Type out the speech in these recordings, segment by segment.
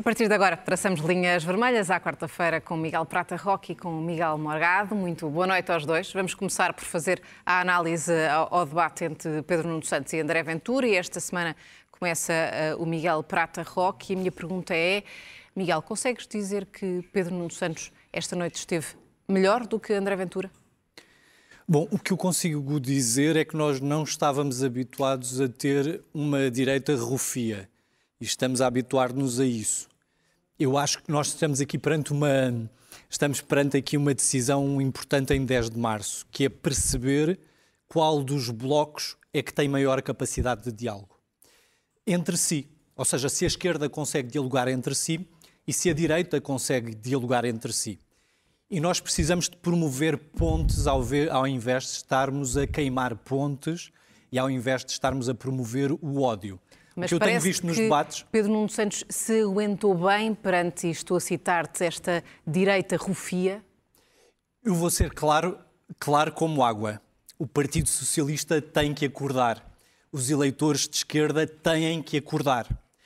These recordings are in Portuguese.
partir de agora, traçamos linhas vermelhas à quarta-feira com Miguel Prata Roque e com Miguel Morgado. Muito boa noite aos dois. Vamos começar por fazer a análise ao debate entre Pedro Nuno Santos e André Ventura. E esta semana começa o Miguel Prata Roque. E a minha pergunta é, Miguel, consegues dizer que Pedro Nuno Santos esta noite esteve melhor do que André Ventura? Bom, o que eu consigo dizer é que nós não estávamos habituados a ter uma direita rufia e estamos a habituar-nos a isso. Eu acho que nós estamos perante aqui uma decisão importante em 10 de março, que é perceber qual dos blocos é que tem maior capacidade de diálogo entre si. Ou seja, se a esquerda consegue dialogar entre si e se a direita consegue dialogar entre si. E nós precisamos de promover pontes ao invés de estarmos a queimar pontes e ao invés de estarmos a promover o ódio. Mas o que eu tenho visto nos debates... Pedro Nuno Santos se aguentou bem perante, estou a citar-te, esta direita rufia? Eu vou ser claro como água. O Partido Socialista tem que acordar. Os eleitores de esquerda têm que acordar.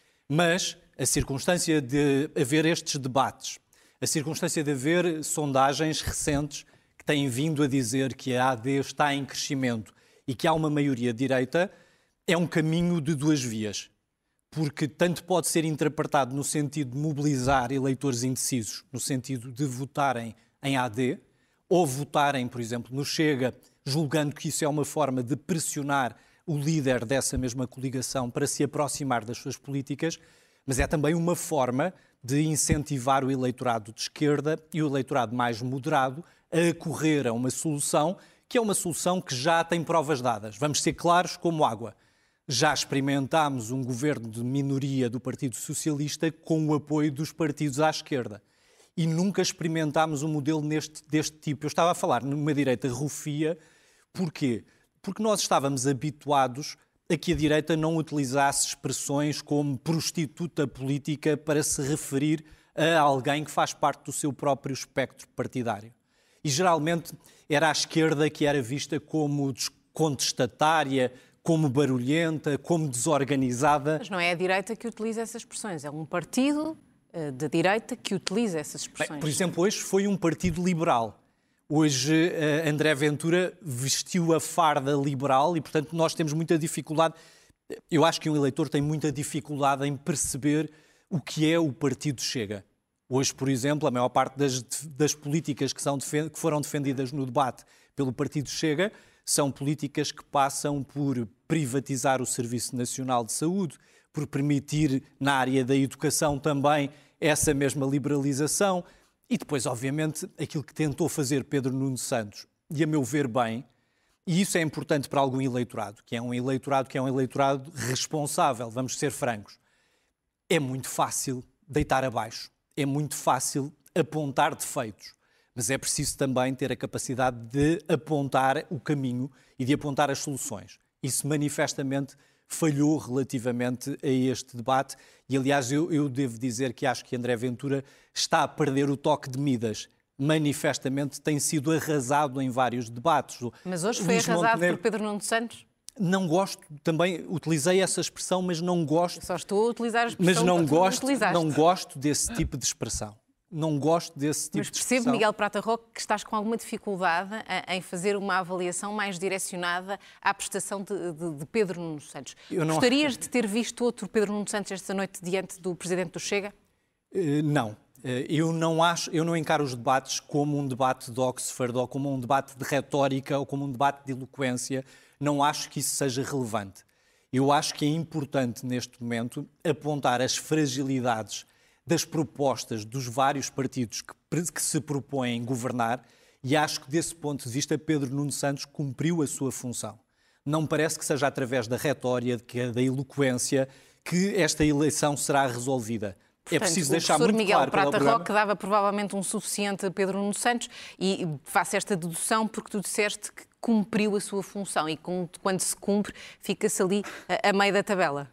Mas a circunstância de haver estes debates, a circunstância de haver sondagens recentes que têm vindo a dizer que a AD está em crescimento e que há uma maioria direita, é um caminho de duas vias. Porque tanto pode ser interpretado no sentido de mobilizar eleitores indecisos, no sentido de votarem em AD, ou votarem, por exemplo, no Chega, julgando que isso é uma forma de pressionar o líder dessa mesma coligação para se aproximar das suas políticas, mas é também uma forma de incentivar o eleitorado de esquerda e o eleitorado mais moderado a acorrer a uma solução que é uma solução que já tem provas dadas. Vamos ser claros como água. Já experimentámos um governo de minoria do Partido Socialista com o apoio dos partidos à esquerda. E nunca experimentámos um modelo deste tipo. Eu estava a falar numa direita rufia. Porquê? Porque nós estávamos habituados a que a direita não utilizasse expressões como prostituta política para se referir a alguém que faz parte do seu próprio espectro partidário. E geralmente era a esquerda que era vista como contestatária, como barulhenta, como desorganizada. Mas não é a direita que utiliza essas expressões, é um partido da direita que utiliza essas expressões. Bem, por exemplo, hoje foi um partido liberal. Hoje André Ventura vestiu a farda liberal e, portanto, nós temos muita dificuldade. Eu acho que um eleitor tem muita dificuldade em perceber o que é o Partido Chega. Hoje, por exemplo, a maior parte das políticas que foram defendidas no debate pelo Partido Chega são políticas que passam por privatizar o Serviço Nacional de Saúde, por permitir na área da educação também essa mesma liberalização. E depois, obviamente, aquilo que tentou fazer Pedro Nuno Santos, e a meu ver bem, e isso é importante para algum eleitorado, que é um eleitorado responsável, vamos ser francos. É muito fácil deitar abaixo, é muito fácil apontar defeitos, mas é preciso também ter a capacidade de apontar o caminho e de apontar as soluções. Isso manifestamente falhou relativamente a este debate e, aliás, eu devo dizer que acho que André Ventura está a perder o toque de Midas. Manifestamente tem sido arrasado em vários debates. Mas hoje foi arrasado por Pedro Nuno Santos? Não gosto, também utilizei essa expressão, mas não gosto... Eu só estou a utilizar a expressão mas não gosto desse tipo de expressão. Não gosto desse tipo de expressão. Mas percebo, Miguel Prata Roque, que estás com alguma dificuldade em fazer uma avaliação mais direcionada à prestação de Pedro Nuno Santos. Gostarias de ter visto outro Pedro Nuno Santos esta noite diante do Presidente do Chega? Não. Eu não encaro os debates como um debate de Oxford ou como um debate de retórica ou como um debate de eloquência. Não acho que isso seja relevante. Eu acho que é importante, neste momento, apontar as fragilidades das propostas dos vários partidos que se propõem governar e acho que, desse ponto de vista, Pedro Nuno Santos cumpriu a sua função. Não parece que seja através da retórica, da eloquência, que esta eleição será resolvida. Portanto, é preciso deixar muito Miguel claro Prata Roque dava provavelmente um suficiente a Pedro Nuno Santos e faço esta dedução porque tu disseste que cumpriu a sua função e quando se cumpre fica-se ali a meio da tabela.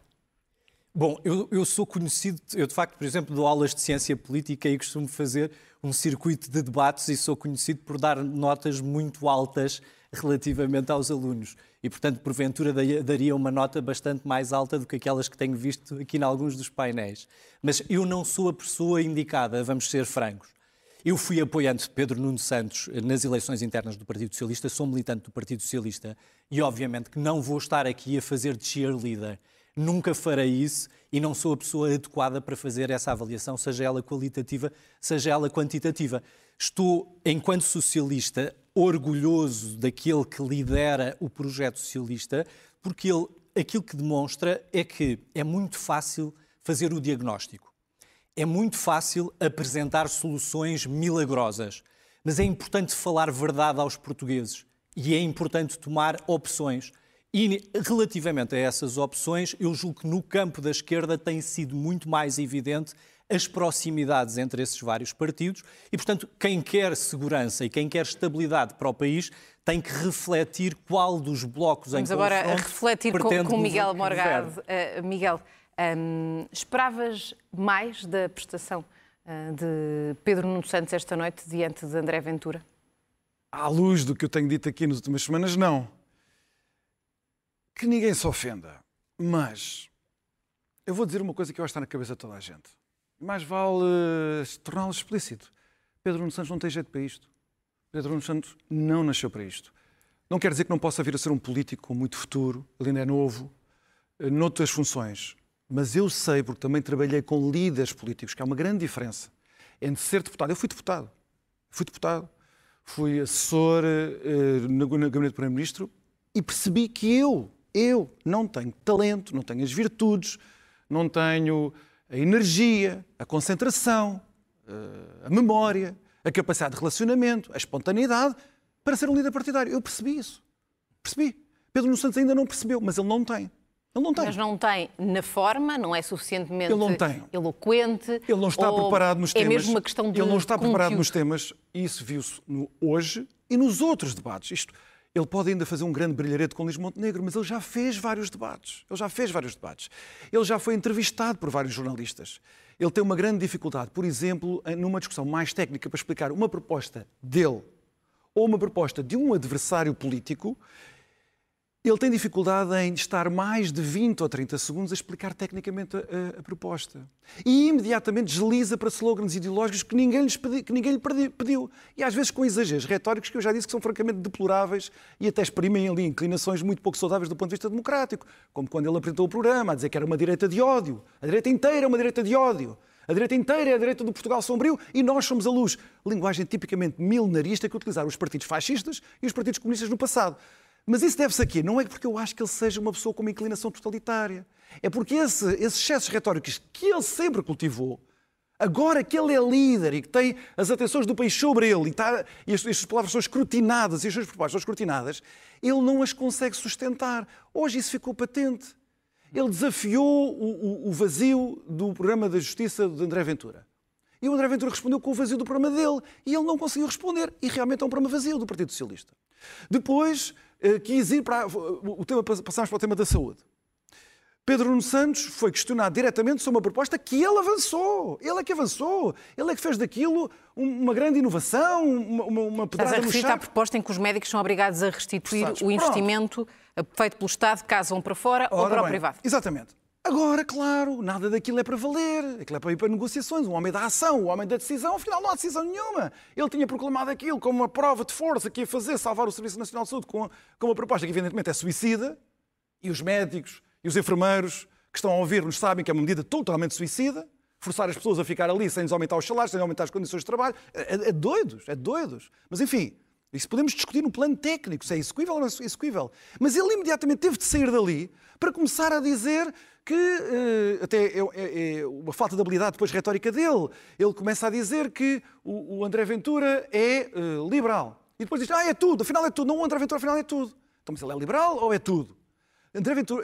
Bom, eu sou conhecido, eu de facto, por exemplo, dou aulas de ciência política e costumo fazer um circuito de debates e sou conhecido por dar notas muito altas relativamente aos alunos. E, portanto, porventura daria uma nota bastante mais alta do que aquelas que tenho visto aqui em alguns dos painéis. Mas eu não sou a pessoa indicada, vamos ser francos. Eu fui apoiante de Pedro Nuno Santos nas eleições internas do Partido Socialista, sou militante do Partido Socialista e, obviamente, que não vou estar aqui a fazer de cheerleader. Nunca farei isso e não sou a pessoa adequada para fazer essa avaliação, seja ela qualitativa, seja ela quantitativa. Estou, enquanto socialista, orgulhoso daquele que lidera o projeto socialista, porque ele, aquilo que demonstra é que é muito fácil fazer o diagnóstico. É muito fácil apresentar soluções milagrosas, mas é importante falar verdade aos portugueses e é importante tomar opções. E relativamente a essas opções, eu julgo que no campo da esquerda tem sido muito mais evidente as proximidades entre esses vários partidos e, portanto, quem quer segurança e quem quer estabilidade para o país tem que refletir qual dos blocos em confronto agora a refletir com Miguel Morgado. Miguel, esperavas mais da prestação de Pedro Nuno Santos esta noite diante de André Ventura? À luz do que eu tenho dito aqui nas últimas semanas, não. Que ninguém se ofenda, mas eu vou dizer uma coisa que eu acho que está na cabeça de toda a gente. Mais vale torná-lo explícito. Pedro Nuno Santos não tem jeito para isto. Pedro Nuno Santos não nasceu para isto. Não quer dizer que não possa vir a ser um político com muito futuro, ele ainda é novo, noutras funções. Mas eu sei, porque também trabalhei com líderes políticos, que há uma grande diferença entre ser deputado. Eu fui deputado, fui assessor no gabinete do Primeiro-Ministro e percebi que eu não tenho talento, não tenho as virtudes, não tenho a energia, a concentração, a memória, a capacidade de relacionamento, a espontaneidade para ser um líder partidário. Eu percebi isso. Percebi. Pedro Nuno Santos ainda não percebeu, mas ele não tem. Ele não tem. Mas não tem na forma, não é suficientemente eloquente. Ele não está preparado nos temas. É mesmo uma questão de Ele não está preparado conteúdo. nos temas e isso viu-se hoje e nos outros debates. Ele pode ainda fazer um grande brilharete com Luís Montenegro, mas ele já fez vários debates. Ele já foi entrevistado por vários jornalistas. Ele tem uma grande dificuldade, por exemplo, numa discussão mais técnica para explicar uma proposta dele ou uma proposta de um adversário político. Ele tem dificuldade em estar mais de 20 ou 30 segundos a explicar tecnicamente a proposta. E imediatamente desliza para slogans ideológicos que ninguém lhe pediu. E às vezes com exageros retóricos que eu já disse que são francamente deploráveis e até exprimem ali inclinações muito pouco saudáveis do ponto de vista democrático. Como quando ele apresentou o programa, a dizer que era uma direita de ódio. A direita inteira é uma direita de ódio. A direita inteira é a direita do Portugal sombrio e nós somos a luz. Linguagem tipicamente milenarista que utilizaram os partidos fascistas e os partidos comunistas no passado. Mas isso deve-se a quê? Não é porque eu acho que ele seja uma pessoa com uma inclinação totalitária. É porque esses excessos retóricos que ele sempre cultivou, agora que ele é líder e que tem as atenções do país sobre ele e estas palavras são escrutinadas e as suas propostas são escrutinadas, ele não as consegue sustentar. Hoje isso ficou patente. Ele desafiou o vazio do programa da Justiça de André Ventura. E o André Ventura respondeu com o vazio do programa dele. E ele não conseguiu responder. E realmente é um programa vazio do Partido Socialista. Depois quis ir para o tema, passámos para o tema da saúde. Pedro Nuno Santos foi questionado diretamente sobre uma proposta que ele avançou. Ele é que avançou. Ele é que fez daquilo uma grande inovação, uma pedrada no charco. A proposta em que os médicos são obrigados a restituir o investimento feito pelo Estado, caso vão para fora ou para o privado. Exatamente. Agora, claro, nada daquilo é para valer. Aquilo é para ir para negociações. O homem da ação, o homem da decisão, afinal não há decisão nenhuma. Ele tinha proclamado aquilo como uma prova de força que ia fazer salvar o Serviço Nacional de Saúde com uma proposta que evidentemente é suicida. E os médicos e os enfermeiros que estão a ouvir-nos sabem que é uma medida totalmente suicida. Forçar as pessoas a ficar ali sem lhes aumentar os salários, sem aumentar as condições de trabalho. É doidos. Mas enfim, isso podemos discutir no plano técnico, se é execuível ou não é execuível. Mas ele imediatamente teve de sair dali para começar a dizer que, até é uma falta de habilidade depois retórica dele, ele começa a dizer que o André Ventura é liberal. E depois diz, é tudo, afinal é tudo. Não, o André Ventura afinal é tudo. Então, mas ele é liberal ou é tudo? André Ventura,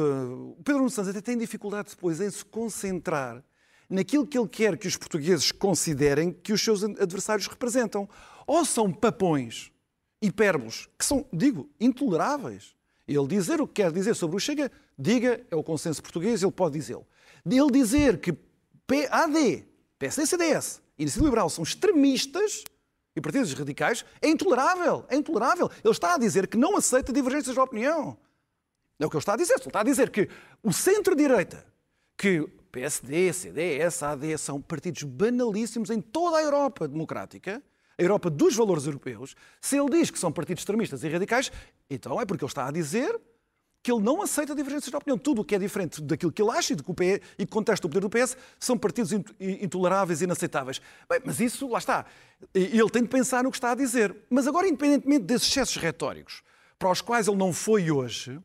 o Pedro Nuno Santos até tem dificuldade depois em se concentrar naquilo que ele quer que os portugueses considerem que os seus adversários representam. Ou são papões, hipérboles, que são, intoleráveis. Ele dizer o que quer dizer sobre o Chega, diga, é o consenso português, ele pode dizê-lo. Ele dizer que PAD, PSD, CDS e Iniciativa Liberal são extremistas, e partidos radicais é intolerável. É intolerável. Ele está a dizer que não aceita divergências de opinião. É o que ele está a dizer. Ele está a dizer que o centro-direita, que PSD, CDS, AD, são partidos banalíssimos em toda a Europa democrática, a Europa dos valores europeus. Se ele diz que são partidos extremistas e radicais, então é porque ele está a dizer que ele não aceita divergências de opinião. Tudo o que é diferente daquilo que ele acha e que contesta o poder do PS são partidos intoleráveis e inaceitáveis. Bem, mas isso, lá está. Ele tem de pensar no que está a dizer. Mas agora, independentemente desses excessos retóricos, para os quais ele não foi hoje,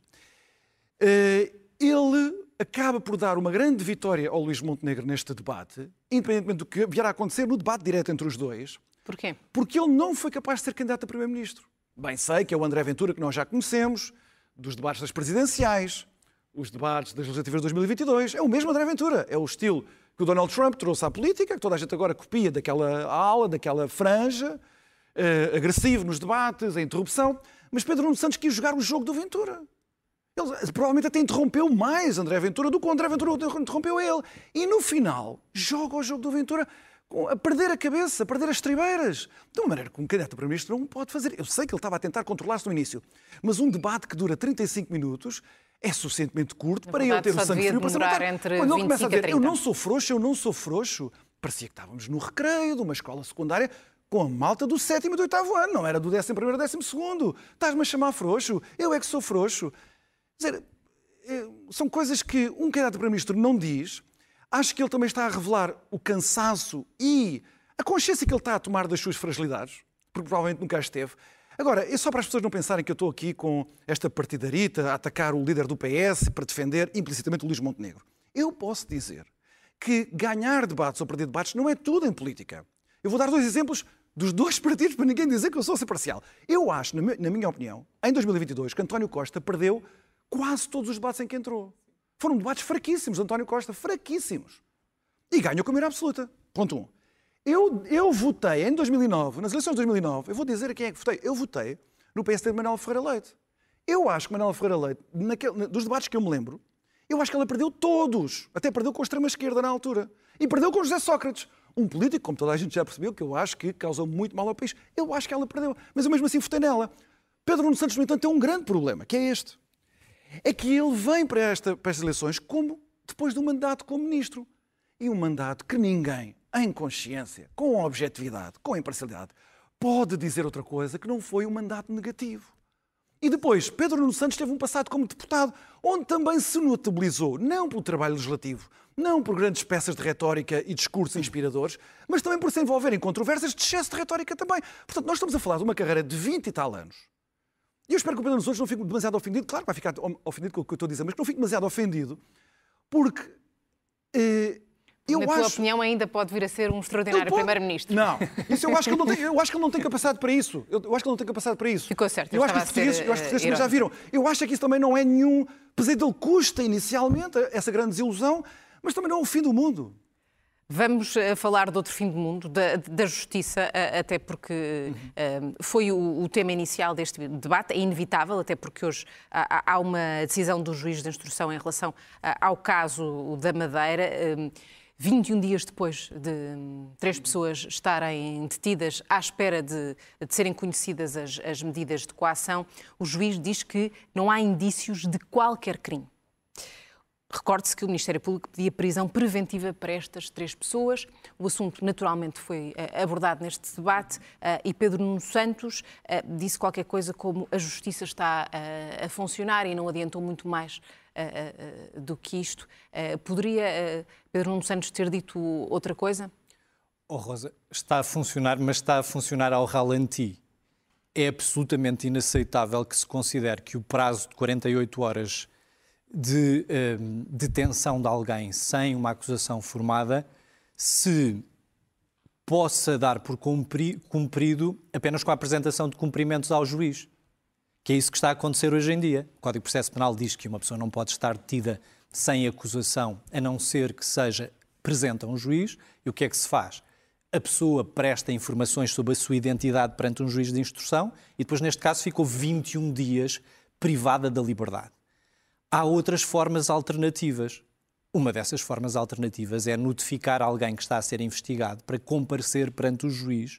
ele acaba por dar uma grande vitória ao Luís Montenegro neste debate, independentemente do que vier a acontecer no debate direto entre os dois. Porquê? Porque ele não foi capaz de ser candidato a Primeiro-Ministro. Bem sei que é o André Ventura que nós já conhecemos, dos debates das presidenciais, os debates das legislativas de 2022. É o mesmo André Ventura. É o estilo que o Donald Trump trouxe à política, que toda a gente agora copia daquela ala, daquela franja, agressivo nos debates, a interrupção. Mas Pedro Nuno Santos quis jogar o jogo do Ventura. Ele provavelmente até interrompeu mais André Ventura do que o André Ventura interrompeu ele. E no final, joga o jogo do Ventura a perder a cabeça, a perder as estribeiras. De uma maneira que um candidato a Primeiro-Ministro não pode fazer. Eu sei que ele estava a tentar controlar-se no início, mas um debate que dura 35 minutos é suficientemente curto para ele ter o sangue frio para se matar. Quando ele começa a dizer, eu não sou frouxo, parecia que estávamos no recreio de uma escola secundária com a malta do 7º e do 8º ano, não era do 11º ou 12º. Estás-me a chamar frouxo? Eu é que sou frouxo. Quer dizer, são coisas que um candidato a Primeiro-Ministro não diz. Acho que ele também está a revelar o cansaço e a consciência que ele está a tomar das suas fragilidades, porque provavelmente nunca as teve. Agora, é só para as pessoas não pensarem que eu estou aqui com esta partidarita a atacar o líder do PS para defender implicitamente o Luís Montenegro. Eu posso dizer que ganhar debates ou perder debates não é tudo em política. Eu vou dar 2 exemplos dos 2 partidos para ninguém dizer que eu sou imparcial. Eu acho, na minha opinião, em 2022, que António Costa perdeu quase todos os debates em que entrou. Foram debates fraquíssimos, António Costa, fraquíssimos. E ganhou com a maioria absoluta. Ponto 1. Eu votei em 2009, nas eleições de 2009, eu vou dizer a quem é que votei. Eu votei no PSD de Manuel Ferreira Leite. Eu acho que Manuel Ferreira Leite, dos debates que eu me lembro, eu acho que ela perdeu todos. Até perdeu com a extrema-esquerda na altura. E perdeu com José Sócrates. Um político, como toda a gente já percebeu, que eu acho que causou muito mal ao país. Eu acho que ela perdeu. Mas eu mesmo assim votei nela. Pedro Nuno Santos, no entanto, tem um grande problema, que é este. É que ele vem para estas eleições depois de um mandato como ministro. E um mandato que ninguém, em consciência, com objetividade, com imparcialidade, pode dizer outra coisa que não foi um mandato negativo. E depois, Pedro Nuno Santos teve um passado como deputado, onde também se notabilizou, não pelo trabalho legislativo, não por grandes peças de retórica e discursos inspiradores, mas também por se envolver em controvérsias de excesso de retórica também. Portanto, nós estamos a falar de uma carreira de 20 e tal anos. E eu espero que o Pedro Nuno Santos não fique demasiado ofendido. Claro que vai ficar ofendido com o que eu estou a dizer, mas que não fique demasiado ofendido, porque na tua opinião, ainda pode vir a ser um extraordinário primeiro-ministro. Não, isso eu acho que ele não tem capacidade para isso. Eu acho que ele não tem capacidade para isso. Ficou certo. Eu acho que os portugueses já viram. Eu acho que isso também não é nenhum... Apesar dele custa inicialmente essa grande desilusão, mas também não é o fim do mundo. Vamos falar de outro fim do mundo, da justiça, até porque foi o tema inicial deste debate. É inevitável, até porque hoje há uma decisão do juiz de instrução em relação ao caso da Madeira. 21 dias depois de 3 pessoas estarem detidas à espera de serem conhecidas as medidas de coação, o juiz diz que não há indícios de qualquer crime. Recorde-se que o Ministério Público pedia prisão preventiva para estas 3 pessoas. O assunto, naturalmente, foi abordado neste debate e Pedro Nuno Santos disse qualquer coisa como a justiça está a funcionar e não adiantou muito mais do que isto. Poderia Pedro Nuno Santos ter dito outra coisa? Oh, Rosa, está a funcionar, mas está a funcionar ao ralenti. É absolutamente inaceitável que se considere que o prazo de 48 horas de detenção de alguém sem uma acusação formada se possa dar por cumprido apenas com a apresentação de cumprimentos ao juiz, que é isso que está a acontecer hoje em dia. O Código de Processo Penal diz que uma pessoa não pode estar detida sem acusação, a não ser que seja presente a um juiz. E o que é que se faz? A pessoa presta informações sobre a sua identidade perante um juiz de instrução e depois, neste caso, ficou 21 dias privada da liberdade. Há outras formas alternativas. Uma dessas formas alternativas é notificar alguém que está a ser investigado para comparecer perante o juiz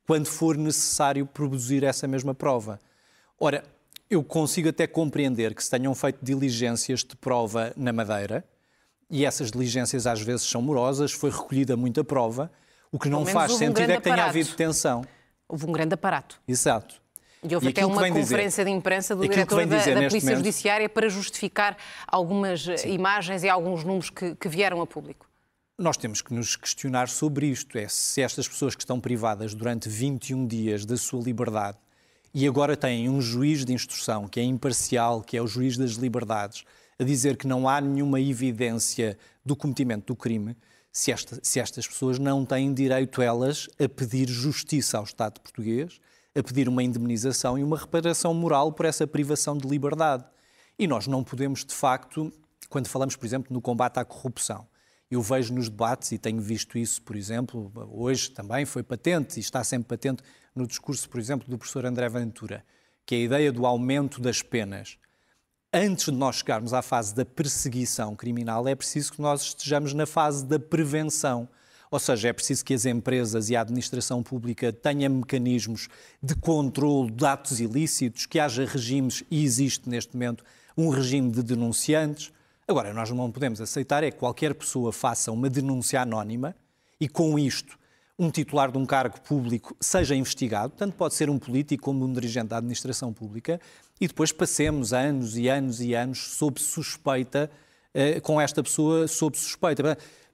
quando for necessário produzir essa mesma prova. Ora, eu consigo até compreender que se tenham feito diligências de prova na Madeira, e essas diligências às vezes são morosas, foi recolhida muita prova, o que não faz sentido é que tenha havido detenção. Houve um grande aparato. Exato. E houve até uma conferência de imprensa do diretor da Polícia Judiciária para justificar algumas imagens e alguns números que vieram a público. Nós temos que nos questionar sobre isto, se estas pessoas que estão privadas durante 21 dias da sua liberdade e agora têm um juiz de instrução que é imparcial, que é o juiz das liberdades, a dizer que não há nenhuma evidência do cometimento do crime, se estas pessoas não têm direito, elas, a pedir justiça ao Estado português, a pedir uma indemnização e uma reparação moral por essa privação de liberdade. E nós não podemos, de facto, quando falamos, por exemplo, no combate à corrupção, eu vejo nos debates, e tenho visto isso, por exemplo, hoje também foi patente, e está sempre patente no discurso, por exemplo, do professor André Ventura, que é a ideia do aumento das penas. Antes de nós chegarmos à fase da perseguição criminal, é preciso que nós estejamos na fase da prevenção. Ou seja, é preciso que as empresas e a administração pública tenham mecanismos de controle de atos ilícitos, que haja regimes, e existe neste momento um regime de denunciantes. Agora, nós não podemos aceitar é que qualquer pessoa faça uma denúncia anónima e, com isto, um titular de um cargo público seja investigado, tanto pode ser um político como um dirigente da administração pública, e depois passemos anos e anos e anos sob suspeita, com esta pessoa sob suspeita.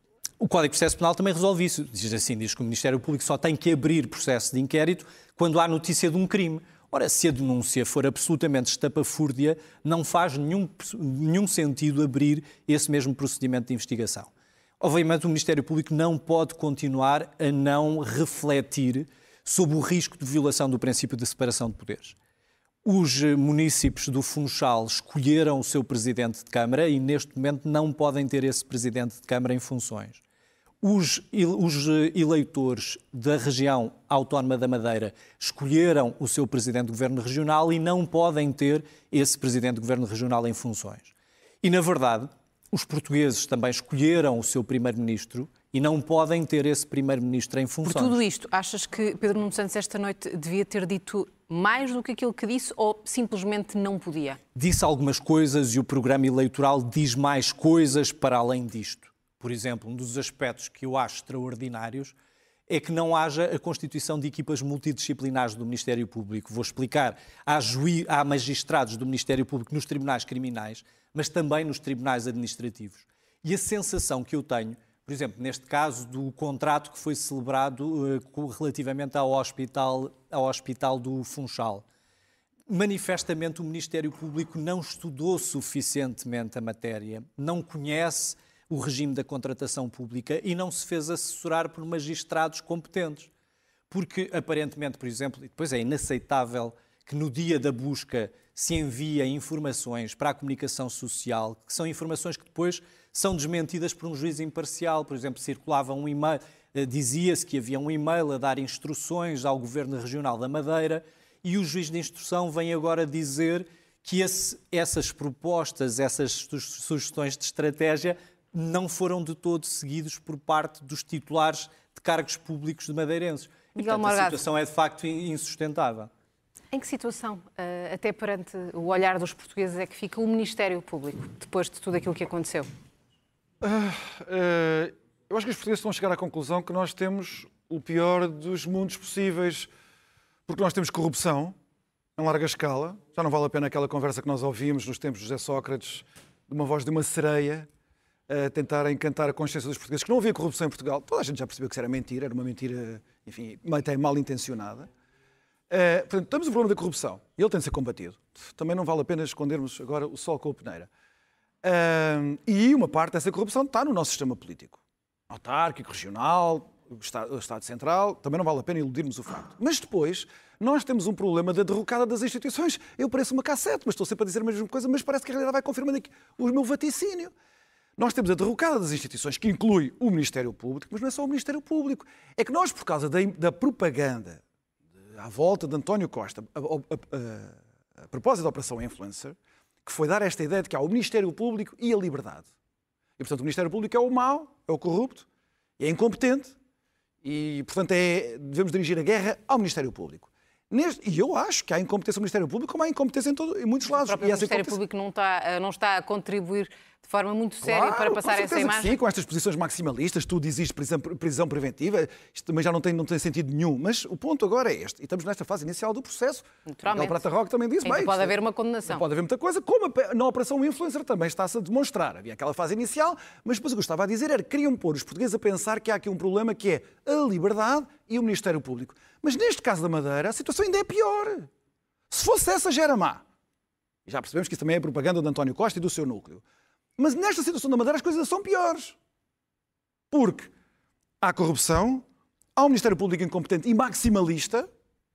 O Código de Processo Penal também resolve isso. Diz que o Ministério Público só tem que abrir processo de inquérito quando há notícia de um crime. Ora, se a denúncia for absolutamente estapafúrdia, não faz nenhum sentido abrir esse mesmo procedimento de investigação. Obviamente, o Ministério Público não pode continuar a não refletir sobre o risco de violação do princípio de separação de poderes. Os munícipes do Funchal escolheram o seu presidente de Câmara e, neste momento, não podem ter esse presidente de Câmara em funções. Os eleitores da região autónoma da Madeira escolheram o seu presidente de governo regional e não podem ter esse presidente de governo regional em funções. E, na verdade, os portugueses também escolheram o seu primeiro-ministro e não podem ter esse primeiro-ministro em funções. Por tudo isto, achas que Pedro Nuno Santos esta noite devia ter dito mais do que aquilo que disse ou simplesmente não podia? Disse algumas coisas e o programa eleitoral diz mais coisas para além disto. Por exemplo, um dos aspectos que eu acho extraordinários é que não haja a constituição de equipas multidisciplinares do Ministério Público. Vou explicar. Há magistrados do Ministério Público nos tribunais criminais, mas também nos tribunais administrativos. E a sensação que eu tenho, por exemplo, neste caso do contrato que foi celebrado relativamente ao hospital do Funchal, manifestamente o Ministério Público não estudou suficientemente a matéria, não conhece o regime da contratação pública e não se fez assessorar por magistrados competentes. Porque, aparentemente, por exemplo, e depois é inaceitável que no dia da busca se envia informações para a comunicação social, que são informações que depois são desmentidas por um juiz imparcial. Por exemplo, circulava um e-mail, dizia-se que havia um e-mail a dar instruções ao Governo Regional da Madeira e o juiz de instrução vem agora dizer que essas propostas, essas sugestões de estratégia não foram de todo seguidos por parte dos titulares de cargos públicos de madeirenses. Portanto, a situação é de facto insustentável. Em que situação, até perante o olhar dos portugueses, é que fica o Ministério Público, depois de tudo aquilo que aconteceu? Eu acho que os portugueses estão a chegar à conclusão que nós temos o pior dos mundos possíveis, porque nós temos corrupção em larga escala. Já não vale a pena aquela conversa que nós ouvimos nos tempos de José Sócrates, de uma voz de uma sereia, a tentar encantar a consciência dos portugueses, que não havia corrupção em Portugal. Toda a gente já percebeu que isso era uma mentira, enfim, até mal intencionada. Portanto, temos o problema da corrupção e ele tem de ser combatido. Também não vale a pena escondermos agora o sol com a peneira. E uma parte dessa corrupção está no nosso sistema político. Autárquico, regional, o Estado Central, também não vale a pena iludirmos o facto. Mas depois, nós temos um problema da derrocada das instituições. Eu pareço uma cassete, mas estou sempre a dizer a mesma coisa, mas parece que a realidade vai confirmando aqui o meu vaticínio. Nós temos a derrocada das instituições, que inclui o Ministério Público, mas não é só o Ministério Público. É que nós, por causa da propaganda à volta de António Costa, a propósito da Operação Influencer, que foi dar esta ideia de que há o Ministério Público e a liberdade. E, portanto, o Ministério Público é o mau, é o corrupto, é incompetente E, portanto, devemos dirigir a guerra ao Ministério Público. E eu acho que há incompetência no Ministério Público, como há incompetência em mudos lados. O Ministério Público não está a contribuir de forma muito séria para passar essa imagem? Sim, com estas posições maximalistas, tudo existe prisão preventiva, isto também já não tem sentido nenhum. Mas o ponto agora é este, e estamos nesta fase inicial do processo. Naturalmente. O Prata Roque também disse, bem, pode haver uma condenação. Pode haver muita coisa, como na Operação Influencer também está-se a demonstrar. Havia aquela fase inicial, mas depois o que eu estava a dizer era que queriam pôr os portugueses a pensar que há aqui um problema que é a liberdade e o Ministério Público. Mas neste caso da Madeira, a situação ainda é pior. Se fosse essa, já era má. E já percebemos que isso também é propaganda de António Costa e do seu núcleo. Mas nesta situação da Madeira as coisas são piores. Porque há corrupção, há um Ministério Público incompetente e maximalista,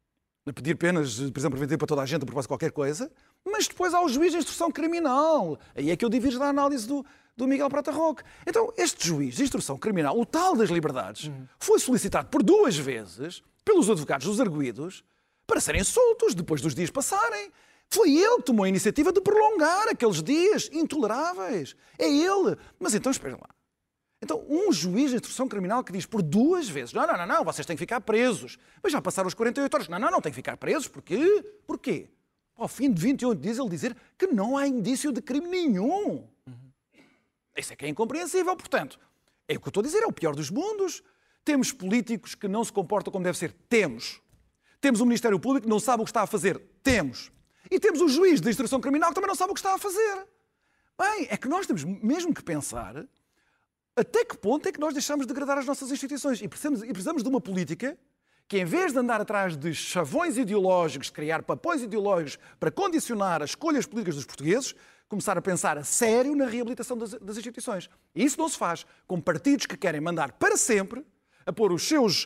a pedir penas de prisão preventiva para toda a gente a propósito de qualquer coisa, mas depois há o juiz de instrução criminal. Aí é que eu divirjo da análise do Miguel Prata Roque. Então, este juiz de instrução criminal, o tal das liberdades, foi solicitado por 2 vezes pelos advogados dos arguidos para serem soltos depois dos dias passarem. Foi ele que tomou a iniciativa de prolongar aqueles dias intoleráveis. É ele. Mas então, espera lá. Então, um juiz de instrução criminal que diz por 2 vezes, não, vocês têm que ficar presos. Mas já passaram os 48 horas. Não, têm que ficar presos. Porquê? Porquê? Ao fim de 28 dias ele dizer que não há indício de crime nenhum. Isso é que é incompreensível. Portanto, é o que eu estou a dizer, é o pior dos mundos. Temos políticos que não se comportam como deve ser. Temos. Temos um Ministério Público que não sabe o que está a fazer. Temos. E temos o juiz de instrução criminal que também não sabe o que está a fazer. Bem, é que nós temos mesmo que pensar até que ponto é que nós deixamos de degradar as nossas instituições. E precisamos de uma política que, em vez de andar atrás de chavões ideológicos, de criar papéis ideológicos para condicionar as escolhas políticas dos portugueses, começar a pensar a sério na reabilitação das instituições. E isso não se faz com partidos que querem mandar para sempre a pôr os seus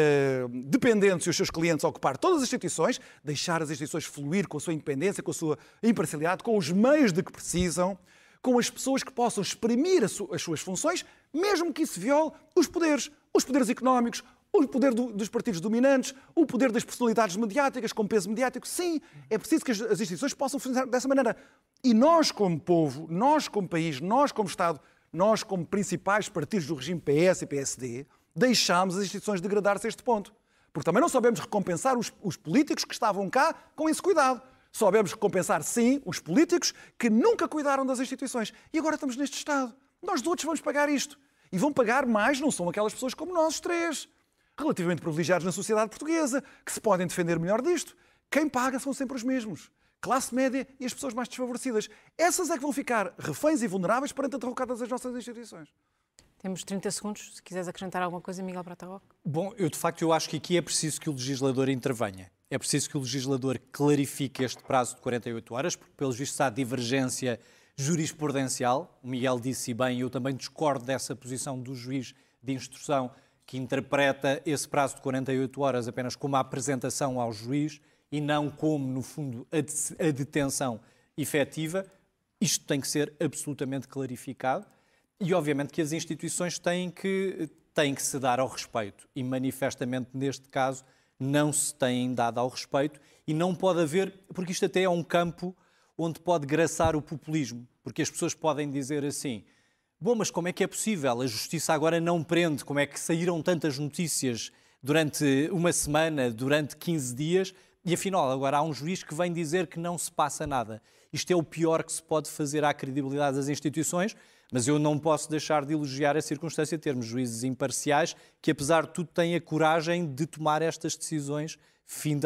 dependentes e os seus clientes a ocupar todas as instituições, deixar as instituições fluir com a sua independência, com a sua imparcialidade, com os meios de que precisam, com as pessoas que possam exprimir as suas funções, mesmo que isso viole os poderes económicos, o poder dos partidos dominantes, o poder das personalidades mediáticas com peso mediático. Sim, é preciso que as instituições possam funcionar dessa maneira. E nós, como povo, nós, como país, nós, como Estado, nós, como principais partidos do regime PS e PSD, deixámos as instituições degradar-se a este ponto. Porque também não soubemos recompensar os políticos que estavam cá com esse cuidado. Soubemos recompensar, sim, os políticos que nunca cuidaram das instituições. E agora estamos neste estado. Nós outros vamos pagar isto. E vão pagar mais, não são aquelas pessoas como nós, os 3, relativamente privilegiados na sociedade portuguesa, que se podem defender melhor disto. Quem paga são sempre os mesmos. Classe média e as pessoas mais desfavorecidas. Essas é que vão ficar reféns e vulneráveis perante a derrocada das nossas instituições. Temos 30 segundos, se quiseres acrescentar alguma coisa, Miguel Prata Roque. Bom, eu acho que aqui é preciso que o legislador intervenha. É preciso que o legislador clarifique este prazo de 48 horas, porque, pelos vistos, há divergência jurisprudencial. O Miguel disse bem, eu também discordo dessa posição do juiz de instrução que interpreta esse prazo de 48 horas apenas como a apresentação ao juiz e não como, no fundo, a detenção efetiva. Isto tem que ser absolutamente clarificado. E, obviamente, que as instituições têm que se dar ao respeito. E, manifestamente, neste caso, não se têm dado ao respeito. E não pode haver... Porque isto até é um campo onde pode graçar o populismo. Porque as pessoas podem dizer assim... Bom, mas como é que é possível? A justiça agora não prende. Como é que saíram tantas notícias durante uma semana, durante 15 dias... E, afinal, agora há um juiz que vem dizer que não se passa nada. Isto é o pior que se pode fazer à credibilidade das instituições, mas eu não posso deixar de elogiar a circunstância de termos juízes imparciais que, apesar de tudo, têm a coragem de tomar estas decisões fim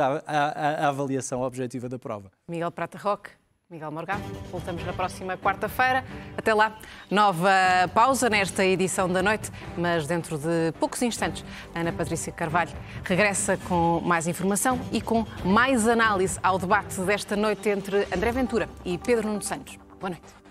à avaliação objetiva da prova. Miguel Prata Roque, Miguel Morgado, voltamos na próxima quarta-feira. Até lá, nova pausa nesta edição da noite, mas dentro de poucos instantes, Ana Patrícia Carvalho regressa com mais informação e com mais análise ao debate desta noite entre André Ventura e Pedro Nuno Santos. Boa noite.